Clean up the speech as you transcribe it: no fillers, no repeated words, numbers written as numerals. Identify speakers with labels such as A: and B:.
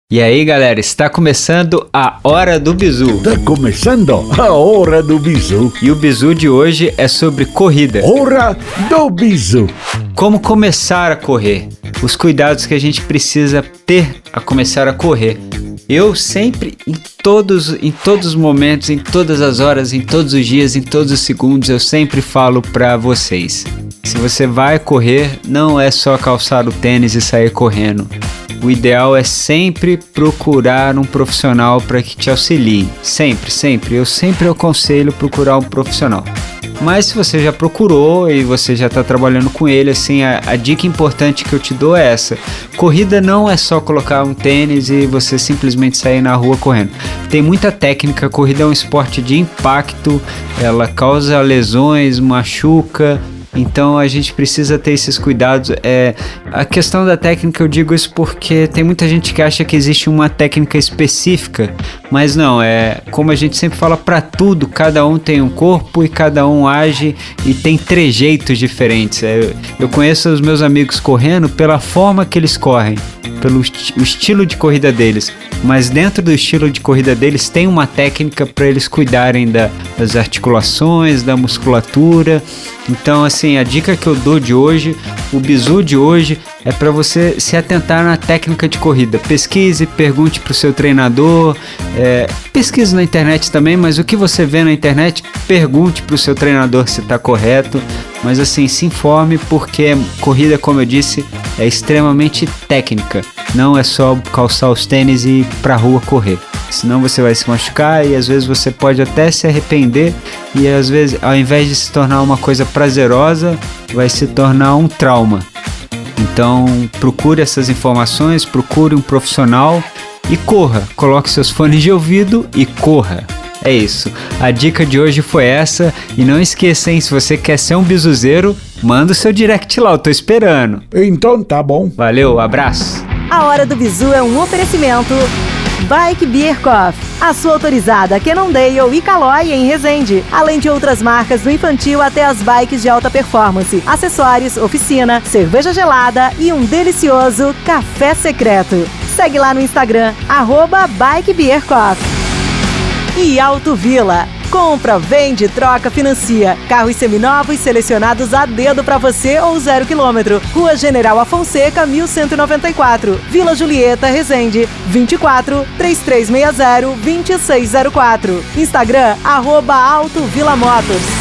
A: E aí, galera, está começando a Hora do Bizu.
B: Está começando a Hora do Bizu.
A: E o Bizu de hoje é sobre corrida.
B: Hora do Bizu.
A: Como começar a correr. Os cuidados que a gente precisa ter a começar a correr. Eu sempre, em todos os momentos, em todas as horas, em todos os dias, em todos os segundos, eu sempre falo para vocês. Se você vai correr, não é só calçar o tênis e sair correndo. O ideal é sempre procurar um profissional para que te auxilie. Sempre. Eu sempre aconselho procurar um profissional. Mas se você já procurou e você já está trabalhando com ele, assim, a dica importante que eu te dou é essa. Corrida não é só colocar um tênis e você simplesmente sair na rua correndo. Tem muita técnica, corrida é um esporte de impacto, ela causa lesões, machuca. Então a gente precisa ter esses cuidados. A questão da técnica, eu digo isso porque tem muita gente que acha que existe uma técnica específica, mas não, como a gente sempre fala, para tudo, cada um tem um corpo e cada um age e tem trejeitos diferentes. Eu conheço os meus amigos correndo pela forma que eles correm, pelo estilo de corrida deles, mas dentro do estilo de corrida deles tem uma técnica para eles cuidarem das articulações, da musculatura. Então, assim, a dica que eu dou de hoje, o bizu de hoje, é para você se atentar na técnica de corrida. Pesquise, pergunte para o seu treinador, pesquise na internet também, mas o que você vê na internet, pergunte para o seu treinador se está correto. Mas assim, se informe, porque corrida, como eu disse, é extremamente técnica. Não é só calçar os tênis e ir pra rua correr. Senão você vai se machucar e às vezes você pode até se arrepender e às vezes, ao invés de se tornar uma coisa prazerosa, vai se tornar um trauma. Então, procure essas informações, procure um profissional e corra. Coloque seus fones de ouvido e corra. É isso, a dica de hoje foi essa, e não esqueça, hein, se você quer ser um bizuzeiro, manda o seu direct lá, eu tô esperando.
B: Então tá bom.
A: Valeu, abraço.
C: A Hora do Bizu é um oferecimento Bike Beer Coffee, a sua autorizada Cannondale e Caloi em Resende, além de outras marcas do infantil até as bikes de alta performance, acessórios, oficina, cerveja gelada e um delicioso café secreto. Segue lá no Instagram, @Bike Beer Coffee. E Auto Villa. Compra, vende, troca, financia. Carros seminovos selecionados a dedo para você ou 0 km. Rua General Afonseca, 1194. Vila Julieta, Resende. 24 3360 2604. Instagram, @Auto Villa Motos.